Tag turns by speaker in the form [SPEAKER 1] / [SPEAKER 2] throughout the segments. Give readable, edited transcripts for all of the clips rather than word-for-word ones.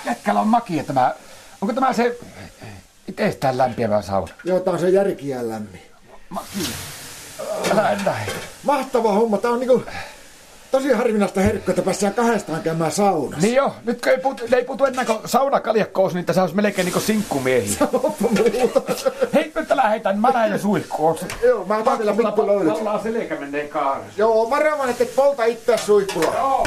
[SPEAKER 1] Jätkällä on makia tämä. Onko tämä se itsestään lämpiävä sauna?
[SPEAKER 2] Joo, tää on se järkiään lämmin.
[SPEAKER 1] Makia. Älä näin.
[SPEAKER 2] Mahtava homma. Tää on niinku tosi harvinaista herkkoa, että päästään kahdestaan käymään saunassa.
[SPEAKER 1] Niin joo, nyt ei puutu enää kuin saunakaljakkoos, niin tässä olisi melkein niinku sinkkumiehiä.
[SPEAKER 2] Sanoppa muuta.
[SPEAKER 1] Hei, nyt älä heitän, mä näin jo suihkuun.
[SPEAKER 2] Joo, mä otan vielä pikku löylyt.
[SPEAKER 1] Ollaan selkä menee kaaressa.
[SPEAKER 2] Joo, varovan, ettei polta itseäsi suihkulla.
[SPEAKER 1] Joo.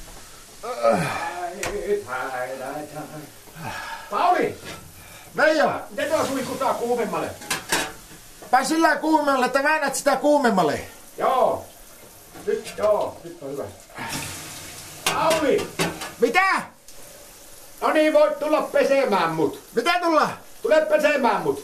[SPEAKER 1] Pauli!
[SPEAKER 2] Veijo,
[SPEAKER 1] Miten tuo suihku saa kuumemmalle?
[SPEAKER 2] pääs sillä kuumemmalle, että väännät sitä kuumemmalle.
[SPEAKER 1] Joo. Nyt on hyvä. Pauli!
[SPEAKER 2] Mitä?
[SPEAKER 1] No niin, voit tulla pesemään mut.
[SPEAKER 2] Mitä tulla?
[SPEAKER 1] Tule pesemään mut.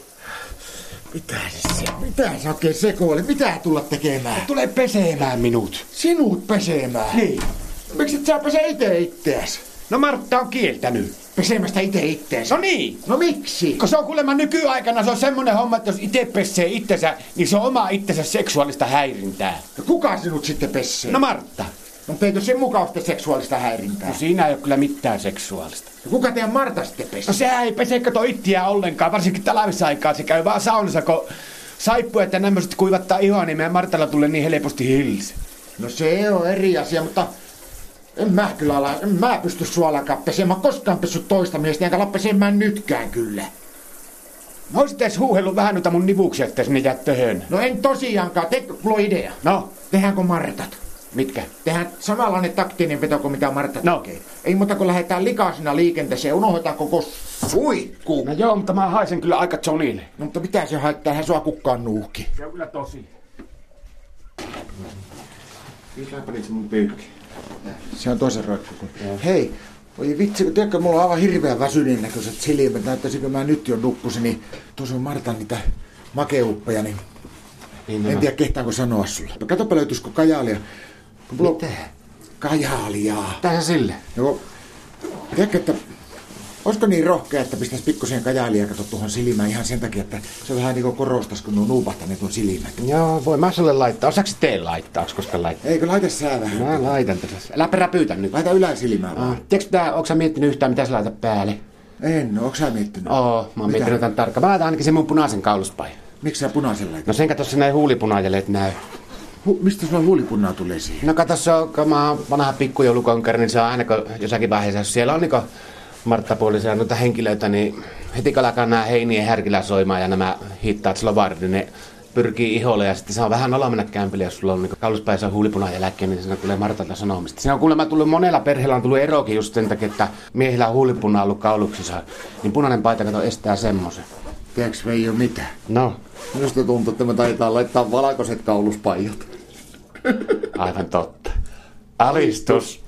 [SPEAKER 2] Mitä sä oikein sekoilet? Mitä tulla tekemään?
[SPEAKER 1] Tule pesemään minut.
[SPEAKER 2] Sinut pesemään?
[SPEAKER 1] Niin.
[SPEAKER 2] Miksi et sä pese ite itteäs?
[SPEAKER 1] No Martta on kieltänyt.
[SPEAKER 2] Pesemästä ite itteäs?
[SPEAKER 1] No niin.
[SPEAKER 2] No miksi?
[SPEAKER 1] Kun se on kuulemma nykyaikana, se on semmonen homma, että jos ite pesee itsensä, niin se on oma itsensä seksuaalista häirintää.
[SPEAKER 2] No kuka sinut sitten pessee?
[SPEAKER 1] No Martta.
[SPEAKER 2] No teikö sen mukaan sitten seksuaalista häirintää?
[SPEAKER 1] No siinä ei ole kyllä mitään seksuaalista.
[SPEAKER 2] No kuka teidän Marta sitten pessee?
[SPEAKER 1] No sehän ei pese kato ittiään ollenkaan, varsinkin talvisaikaan. Se käy vaan saunassa, kun saippuet ja nämmoset kuivattaa ihoa, niin meidän Martalla tulee niin helposti hilse.
[SPEAKER 2] No se on eri asia, mutta en mä pysty sua alkaa pesemään. Koskaan pessyt toista miestä, enkä ala pesemään nytkään kyllä.
[SPEAKER 1] Mä oisit edes huuhellut vähän noita mun nivuksia, että sinne jää töhön.
[SPEAKER 2] No en tosiaankaan, mulla on idea.
[SPEAKER 1] No,
[SPEAKER 2] Tehdäänkö Martat?
[SPEAKER 1] mitkä?
[SPEAKER 2] Tehdään samanlainen taktinen veto kuin mitä Martta
[SPEAKER 1] No.
[SPEAKER 2] tekee. Ei muuta kuin lähdetään likaisina liikenteeseen, unohdetaan koko suihku.
[SPEAKER 1] No joo, mutta mä haisen kyllä aika Johnille.
[SPEAKER 2] No mutta mitä se haittaa, eihän sua kukaan nuuhki.
[SPEAKER 1] Se on kyllä tosi.
[SPEAKER 2] Mitä panit se mun pyykki? Se on toisen roikku. Hei, voi vitsi, kun tiedätkö, mulla on aivan hirveän väsyneen näköiset silmät. Näyttäisikö mä nyt jo nukkusin, niin tuossa on Martan niitä makeuppeja, niin en tiedä kehtaanko sanoa sulle. Katsopa löytyisikö kajaalia.
[SPEAKER 1] Mitä?
[SPEAKER 2] Kajaalia.
[SPEAKER 1] Mitä se sille?
[SPEAKER 2] Joo, tiedätkö, että olisiko niin rohkea, että pistäisi pikkusen kajaalia kato tuohon silmään ihan sen takia, että se vähän niin kuin korostas, kun ne on nuupahtaneet tuon silmät.
[SPEAKER 1] Joo, voi mä sulle laittaa. Osaako tee laittaa? Onks koskaan laittaa?
[SPEAKER 2] Eikö laita sä vähän?
[SPEAKER 1] Mä laitan tässä. Älä räpyytä nyt.
[SPEAKER 2] Laita yläsilmään vaan.
[SPEAKER 1] Tiedätkö onko sä miettinyt yhtään, mitä sä laitat päälle?
[SPEAKER 2] En, onko sä miettinyt?
[SPEAKER 1] Mä oon miettinyt tämän tarkkaan. Mä laitan ainakin sen mun punaisen kauluspain.
[SPEAKER 2] Miksi sä punaisen laitat?
[SPEAKER 1] No sen katossa näin huulipunajaleet näy.
[SPEAKER 2] Mistä sulla huulipunnaa tulee siihen?
[SPEAKER 1] No kato, se on, kun mä oon vanha pikkujoulukonkari, niin se on aina, kun jossakin vaiheessa, jos siellä on niinku Martta-puolisia noita henkilöitä, niin heti kun alkaa nää heinien härkillä soimaan ja nämä hittaat slovardit, niin ne pyrkii iholle ja sitten se on vähän olo mennä kämpille, jos sulla on niinku kauluspäissä huulipuna ja lääkkeen, niin siinä tulee Martalta sanomista. Siinä on kuulemma tullut monella perheellä on tullut erokin just sen takia, että miehillä on huulipuna ollut kauluksissa, niin punainen paita kato estää semmosen.
[SPEAKER 2] Tiedätkö Veijo mitä?
[SPEAKER 1] No,
[SPEAKER 2] Minusta tuntuu, että me taitaa laittaa valkoiset kauluspaidat.
[SPEAKER 1] aivan totta. Alistus.